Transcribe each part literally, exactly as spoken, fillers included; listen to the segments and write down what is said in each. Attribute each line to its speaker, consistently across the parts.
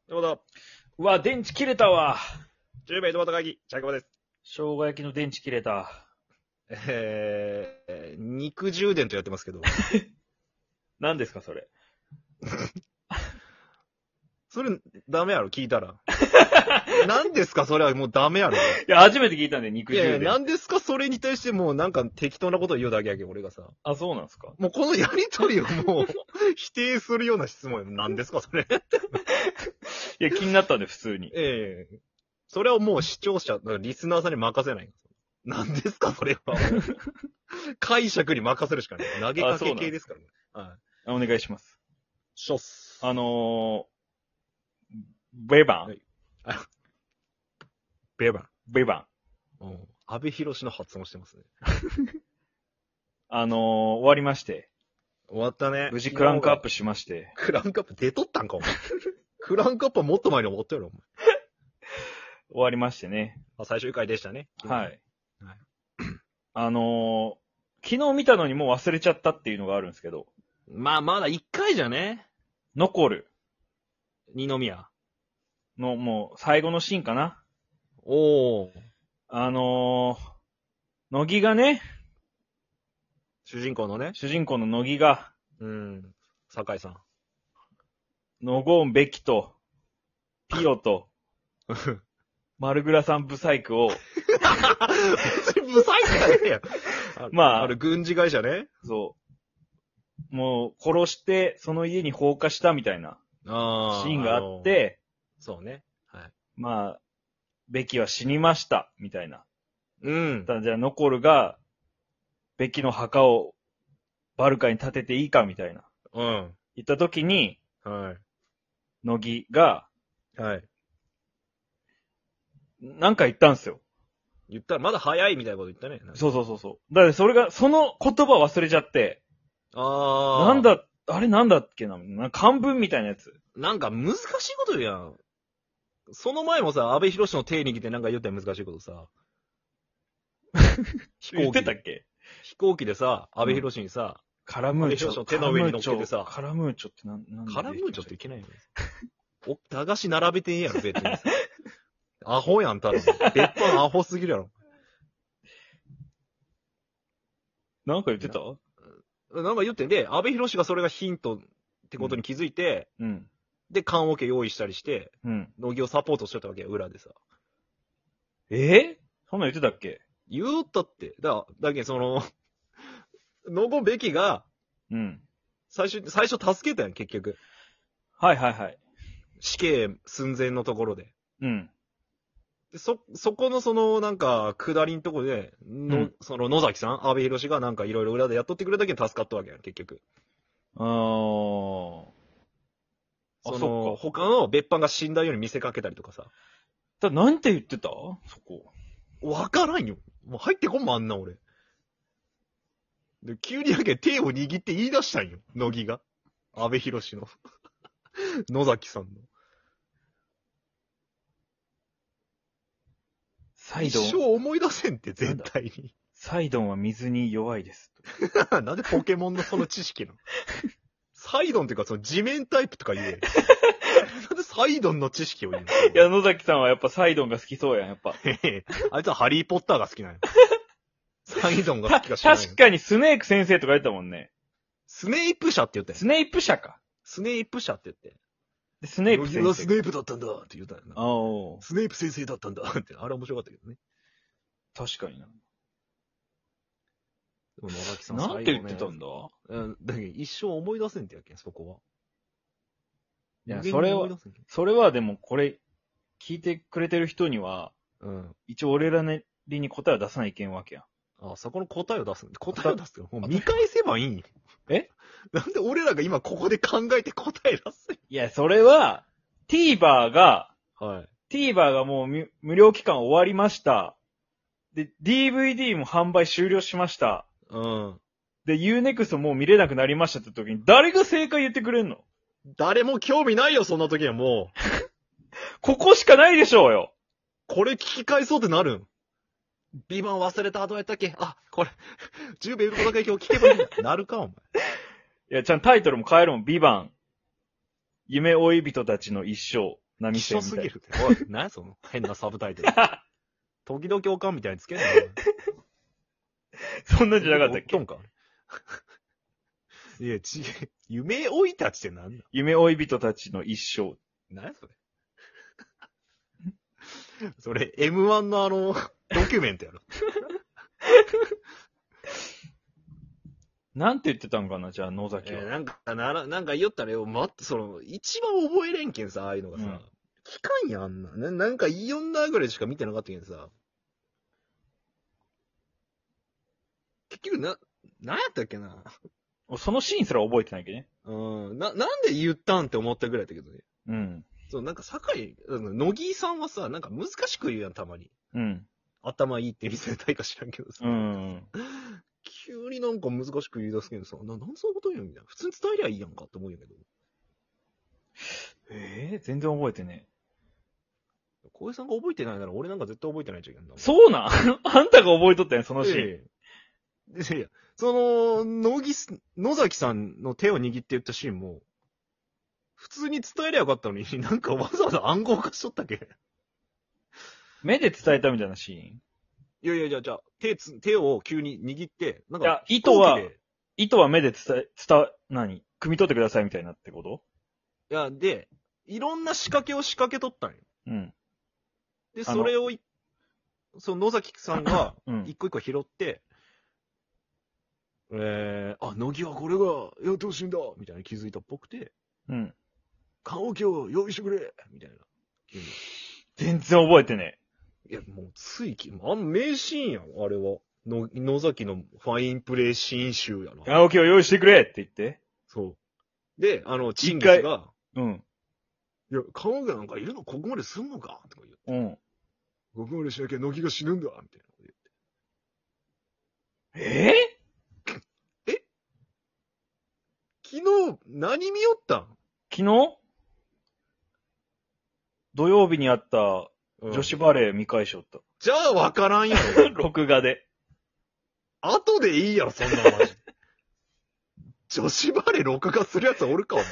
Speaker 1: どうも。
Speaker 2: うわ、電池切れたわ。
Speaker 1: じゅう名トマト会議、着馬です。
Speaker 2: 生姜焼きの電池切れた。
Speaker 1: えー、肉充電とやってますけど。
Speaker 2: 何ですか、それ。
Speaker 1: それ、ダメやろ、聞いたら。何ですか、それはもうダメやろ。
Speaker 2: いや、初めて聞いたんで、肉
Speaker 1: いやいや、
Speaker 2: 充電。
Speaker 1: 何ですか、それに対してもうなんか適当なことを言うだけやけん、俺がさ。
Speaker 2: あ、そうなんですか。
Speaker 1: もうこのやりとりをもう、否定するような質問よ。何ですか、それ。
Speaker 2: いや、気になったんで、普通に。
Speaker 1: ええそれはもう視聴者、リスナーさんに任せない。何ですか、それは。解釈に任せるしかない。投げかけ系ですからね。はい。
Speaker 2: お願いします。
Speaker 1: ショッス。
Speaker 2: あのー、ベバン。
Speaker 1: はいベバン。
Speaker 2: ベバン。
Speaker 1: うん。安倍博士の発音してますね。
Speaker 2: あのー、終わりまして。
Speaker 1: 終わったね。
Speaker 2: 無事クランクアップしまして。
Speaker 1: クランクアップ出とったんか、お前。クランクアップはもっと前に終わったやろ、お前。
Speaker 2: 終わりましてね。
Speaker 1: あ、最終回でしたね。
Speaker 2: はい。
Speaker 1: はい、
Speaker 2: あのー、昨日見たのにもう忘れちゃったっていうのがあるんですけど。
Speaker 1: まあ、まだ一回じゃね。
Speaker 2: 残る。
Speaker 1: 二宮。
Speaker 2: の、もう、最後のシーンかな。
Speaker 1: おー。
Speaker 2: あのー、乃木がね、
Speaker 1: 主人公のね。
Speaker 2: 主人公の乃木が、
Speaker 1: うん。酒井さん。
Speaker 2: ノゴーン・ベキと、ピヨと、マルグラさんブサイクを、
Speaker 1: ブサイクだねや。
Speaker 2: まあ
Speaker 1: ある軍事会社ね。
Speaker 2: そう、もう殺して、その家に放火したみたいな
Speaker 1: あ
Speaker 2: シーンがあって、
Speaker 1: そうね。はい。
Speaker 2: まあ、ベキは死にました、みたいな。
Speaker 1: うん。
Speaker 2: ただじゃあノコルが、ベキの墓をバルカに立てていいか、みたいな。
Speaker 1: うん。
Speaker 2: 言った時に、
Speaker 1: はい。
Speaker 2: 乃木が、
Speaker 1: はい。
Speaker 2: なんか言ったんすよ。
Speaker 1: 言ったらまだ早いみたいなこと言ったね。
Speaker 2: そうそうそうそう。だからそれが、その言葉忘れちゃって、
Speaker 1: ああ。
Speaker 2: なんだ、あれなんだっけな、なんか漢文みたいなやつ。
Speaker 1: なんか難しいこと言うやん。その前もさ、安倍博士の手に来てなんか言ったら難しいことさ。飛
Speaker 2: 言っ
Speaker 1: 行機で。
Speaker 2: てたっけ
Speaker 1: 飛行機でさ、安倍博士にさ、
Speaker 2: カラムーチョ。
Speaker 1: 安倍博士の手の上に乗っけてさ
Speaker 2: カラムーチョってなん、なん
Speaker 1: カラムーチョってい
Speaker 2: け
Speaker 1: けないよね。お、駄菓子並べてんやろ、別に。アホやん、ただの。別班アホすぎるやろ。
Speaker 2: なんか言ってた
Speaker 1: なんか言ってんで、安倍博士がそれがヒントってことに気づいて、
Speaker 2: うん。
Speaker 1: で、棺桶用意したりして、
Speaker 2: うん。
Speaker 1: 乃木をサポートしとったわけよ、裏でさ。
Speaker 2: えー、そんなん言ってたっけ
Speaker 1: 言うたって。だ、だけどその、のごべきが、
Speaker 2: うん。
Speaker 1: 最初、最初助けたやん、結局。
Speaker 2: はいはいはい。
Speaker 1: 死刑寸前のところで。
Speaker 2: うん。
Speaker 1: で、そ、そこのその、なんか、下りんとこで、の、
Speaker 2: うん
Speaker 1: その野崎さん、安倍博士がなんかいろいろ裏でやっとってくれたけど助かったわけやん、結局。
Speaker 2: あー。あ、
Speaker 1: そ
Speaker 2: そ
Speaker 1: の、
Speaker 2: っか。
Speaker 1: 他の別班が死んだように見せかけたりとかさ。
Speaker 2: だ、なんて言ってたそこ。
Speaker 1: わからんよ。もう入ってこんもん、あんな俺。で、急にやけん手を握って言い出したんよ、乃木が。安倍博士の。野崎さんの。
Speaker 2: サイドン、
Speaker 1: 一生思い出せんって、絶対に。
Speaker 2: サイドンは水に弱いです。
Speaker 1: なんでポケモンのその知識なのサイドンっていうかその地面タイプとか言え。なんでサイドンの知識を言うの
Speaker 2: いや、野崎さんはやっぱサイドンが好きそうやん、やっぱ。
Speaker 1: へへあいつはハリーポッターが好きなんや。サイドンが
Speaker 2: た
Speaker 1: 好きか知らない。
Speaker 2: 確かにスネーク先生とか言ったもんね。
Speaker 1: スネイプ社って言ったよ。
Speaker 2: スネイプ社か。
Speaker 1: スネイプ社って言って。
Speaker 2: でスネープ先生。
Speaker 1: 乃木はスネイプだったんだって言ったよな。
Speaker 2: ああ、
Speaker 1: スネイプ先生だったんだって。あれ面白かったけどね。
Speaker 2: 確かにな。
Speaker 1: でも野崎さん
Speaker 2: なんて言ってた
Speaker 1: だ
Speaker 2: んだ
Speaker 1: うん、だけど一生思い出せんってやけん、そこは。
Speaker 2: いや
Speaker 1: 無限に
Speaker 2: それは
Speaker 1: 思い出せんけん
Speaker 2: それはでもこれ、聞いてくれてる人には、
Speaker 1: うん。
Speaker 2: 一応俺らなりに答えを出さないけんわけやん。
Speaker 1: あ、そこの答えを出す。答えを出すってもう見返せばいいんよ。
Speaker 2: え
Speaker 1: なんで俺らが今ここで考えて答え出す
Speaker 2: いや、それは、TVer が、
Speaker 1: はい。
Speaker 2: TVer がもう無無料期間終わりました。で、ディーブイディー も販売終了しました。
Speaker 1: うん。
Speaker 2: で、ユーネクストもう見れなくなりましたって時に、誰が正解言ってくれんの
Speaker 1: 誰も興味ないよ、そんな時はもう。
Speaker 2: ここしかないでしょうよ。
Speaker 1: これ聞き返そうってなるん。ビバン忘れた、どうやったっけあ、これ、じゅうべいのことだけ今日聞けばいいんだ。なるか、お前。
Speaker 2: いや、ちゃんとタイトルも変えるもん。ビバン。夢追い人たちの一生。 波
Speaker 1: 一
Speaker 2: 線みたい
Speaker 1: 緒すぎるって。おい、何やその変なサブタイトル。時々おかんみたいにつけんなよ。
Speaker 2: そんなんじゃなかったっけ
Speaker 1: おっとんかいや、ち、夢追いたちってなんだ
Speaker 2: 夢追い人たちの一生。
Speaker 1: 何やそれ。それ、エムワン のあの、ドキュメントやろ。
Speaker 2: なんて言ってたんかな、じゃあ野崎は。
Speaker 1: えーなんか、なら、なんか言ったらよ、ま、その、一番覚えれんけんさ、ああいうのがさ。
Speaker 2: うん
Speaker 1: 聞かんやん、あんな。ななんか、イオンナーぐらいしか見てなかったけどさ。結局、な、なんやったっけな。
Speaker 2: そのシーンすら覚えてないけどね。
Speaker 1: うん。な、なんで言ったんって思ったぐらいだけどね。
Speaker 2: うん。
Speaker 1: そう、なんか、酒井、あの乃木さんはさ、なんか難しく言うやん、たまに。
Speaker 2: うん。
Speaker 1: 頭いいって見せたいか知らんけどさ。
Speaker 2: うん。
Speaker 1: 急になんか難しく言い出すけどさ、な、なんでそんなこと言うんみたいな。普通に伝えりゃいいやんかって思うんやけど。
Speaker 2: ええー、全然覚えてね
Speaker 1: 小江さんが覚えてないなら俺なんか絶対覚えてないんちゃうけどな。
Speaker 2: え。そうなんあんたが覚えとったんや、そのシーン。
Speaker 1: ええいやいや、その、野木す、野崎さんの手を握って言ったシーンも、普通に伝えりゃよかったのに、なんかわざわざ暗号化しとったっけ
Speaker 2: 目で伝えたみたいなシーン。
Speaker 1: いやいや、じゃあ、じゃあ、手つ、手を急に握って、なん
Speaker 2: いや
Speaker 1: か、
Speaker 2: 意図は
Speaker 1: 飛行機で
Speaker 2: 意図は目で伝え、伝わ、何汲み取ってくださいみたいなってこと
Speaker 1: いや、で、いろんな仕掛けを仕掛けとったんよ。
Speaker 2: うん。
Speaker 1: で、
Speaker 2: あの
Speaker 1: それをい、その野崎さんが、
Speaker 2: うん。
Speaker 1: 一個一個拾って、えー、あ、乃木はこれがやってほしいんだみたいな気づいたっぽくて、
Speaker 2: うん。
Speaker 1: 棺桶を用意してくれみたいな。急に
Speaker 2: 全然覚えてね
Speaker 1: いや、もうついき、あの名シーンやん、あれは。の野崎のファインプレーシーン集やな
Speaker 2: え。。青木を用意してくれって言って。
Speaker 1: そう。で、あの、チンギスが、
Speaker 2: うん。
Speaker 1: いや、棺桶なんかいるのここまですんのかとか言う。
Speaker 2: うん。
Speaker 1: ここまでしなきゃ乃木が死ぬんだみたいなこと言って。
Speaker 2: え
Speaker 1: 昨日、何見よったん
Speaker 2: 昨日土曜日にあった
Speaker 1: うん
Speaker 2: 女子バレー見返しおった。
Speaker 1: じゃあわからんやろ。
Speaker 2: 録画で。
Speaker 1: 後でいいやろ、そんなのマジ。女子バレー録画するやつおるか、お前。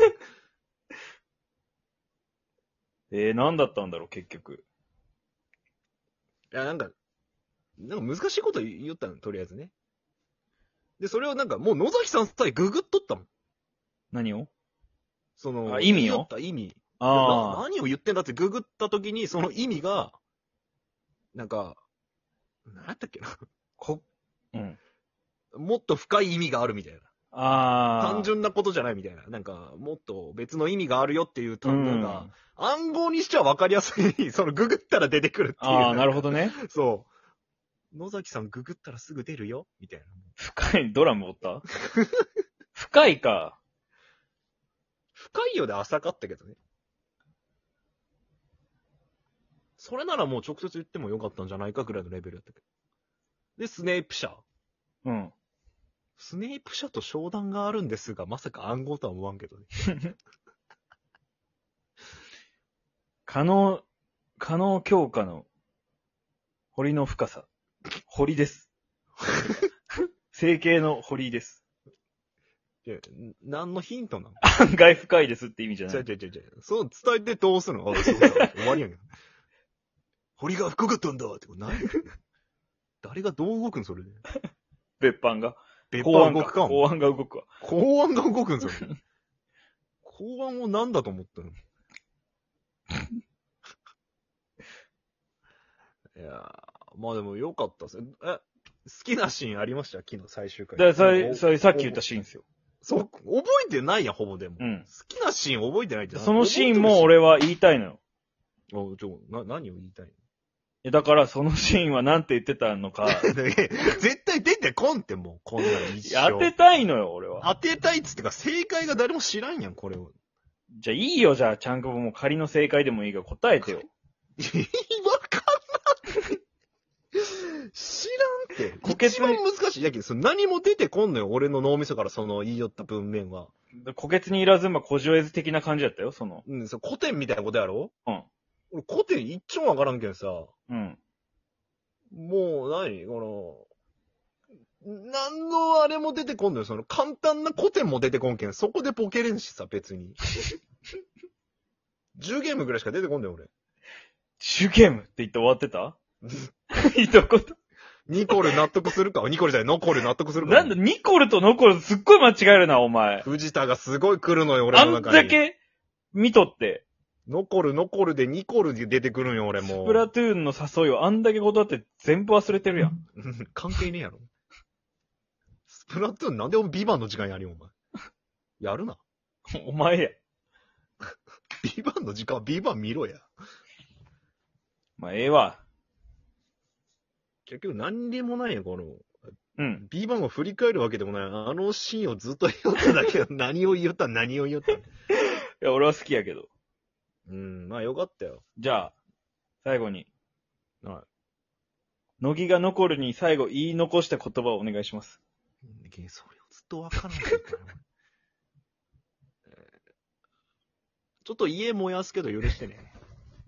Speaker 2: えー、何だったんだろう、結局。
Speaker 1: いや、なんか、なんか難しいこと言ったの、とりあえずね。で、それをなんか、もう野崎さんさえググっとったもん。
Speaker 2: 何を
Speaker 1: その、
Speaker 2: あ意味を
Speaker 1: 言った意味。
Speaker 2: ああ。
Speaker 1: な何を言ってんだってググった時に、その意味が、なんか、何やったっけな。
Speaker 2: こ、うん。
Speaker 1: もっと深い意味があるみたいな。
Speaker 2: ああ。
Speaker 1: 単純なことじゃないみたいな。なんか、もっと別の意味があるよっていう単語が、暗号にしては分かりやすい、そのググったら出てくるっていう。
Speaker 2: ああ、なるほどね。
Speaker 1: そう。野崎さんググったらすぐ出るよみたいな。
Speaker 2: 深い、ドラムおった深いか。
Speaker 1: 深いようで浅かったけどね。それならもう直接言ってもよかったんじゃないかぐらいのレベルだったけど。で、スネープ社。
Speaker 2: うん。
Speaker 1: スネープ社と商談があるんですが、まさか暗号とは思わんけどね。
Speaker 2: 可能、可能強化の堀の深さ。堀です。整形の堀です。
Speaker 1: いや、何のヒントなの
Speaker 2: 案外深いですって意味じゃな
Speaker 1: 違う
Speaker 2: い。
Speaker 1: 違う違う違う。そう伝えてどうするのあ、そうだ。終わりやんけど。堀が深かったんだって。何誰がどう動くんそれで。
Speaker 2: 別班が。
Speaker 1: 別
Speaker 2: 公安が
Speaker 1: 班動くか
Speaker 2: 公安が動くわ。
Speaker 1: 公安が動くんそれ。公安を何だと思ったのいやー、まあでも良かったですね。え、好きなシーンありました昨日最終回。
Speaker 2: だからそれ、
Speaker 1: お
Speaker 2: それさっき言ったシーンですよ。
Speaker 1: そう、覚えてないやん、ほぼでも。
Speaker 2: うん。
Speaker 1: 好きなシーン覚えてないって
Speaker 2: そのシーンも俺は言いたいのよ。
Speaker 1: おちょ、な、何を言いたい
Speaker 2: えだからそのシーンは何て言ってたのか。
Speaker 1: の絶対出てこんってもう、こんなの一生。
Speaker 2: 当てたいのよ、俺は。
Speaker 1: 当てたいっつってか、正解が誰も知らんやん、これを。
Speaker 2: じゃあいいよ、じゃあ、ちゃんともう仮の正解でもいいから答えてよ。
Speaker 1: わかんない。知らんって。
Speaker 2: 補欠
Speaker 1: 一番難しい。だけど、その何も出てこんのよ、俺の脳みそからその言いよった文面は。
Speaker 2: 虎穴にいらずんば小塩絵図的な感じだったよ、その。
Speaker 1: うん、そう古典みたいなことやろ
Speaker 2: うん。
Speaker 1: 俺古典一丁わからんけんさ、
Speaker 2: うん。
Speaker 1: もう何この、何のあれも出てこんのよ。その簡単な古典も出てこんけん。そこでボケれんしさ、別に。 じゅうゲームぐらいしか出てこんねん、俺。
Speaker 2: シュゲームって言って終わってた一言。
Speaker 1: ニコル納得するかニコルじゃない、ノコル納得するか
Speaker 2: なんだ、ニコルとノコルすっごい間違えるな、お前。
Speaker 1: 藤田がすごい来るのよ、俺
Speaker 2: あん
Speaker 1: の中に。
Speaker 2: だけ見とって。
Speaker 1: ノコル、ノコルでニコルで出てくるんよ、俺もう。
Speaker 2: スプラトゥーンの誘いをあんだけ断って全部忘れてるやん。
Speaker 1: 関係ねえやろ。スプラトゥーンなんでお前ビバンの時間やるよ、お前。やるな。
Speaker 2: お前や。
Speaker 1: ビバンの時間はビバン見ろや。
Speaker 2: まあ、ええわ。
Speaker 1: 結局何にもないよ、この。
Speaker 2: うん。
Speaker 1: ビバンを振り返るわけでもない。あのシーンをずっと言っただけよ。何を言った何を言った
Speaker 2: いや、俺は好きやけど。
Speaker 1: うん、まあよかったよ。
Speaker 2: じゃあ、最後に、
Speaker 1: は
Speaker 2: 乃木が残るに最後言い残した言葉をお願いします。
Speaker 1: い。それをずっとわからないから。ちょっと家燃やすけど許してね。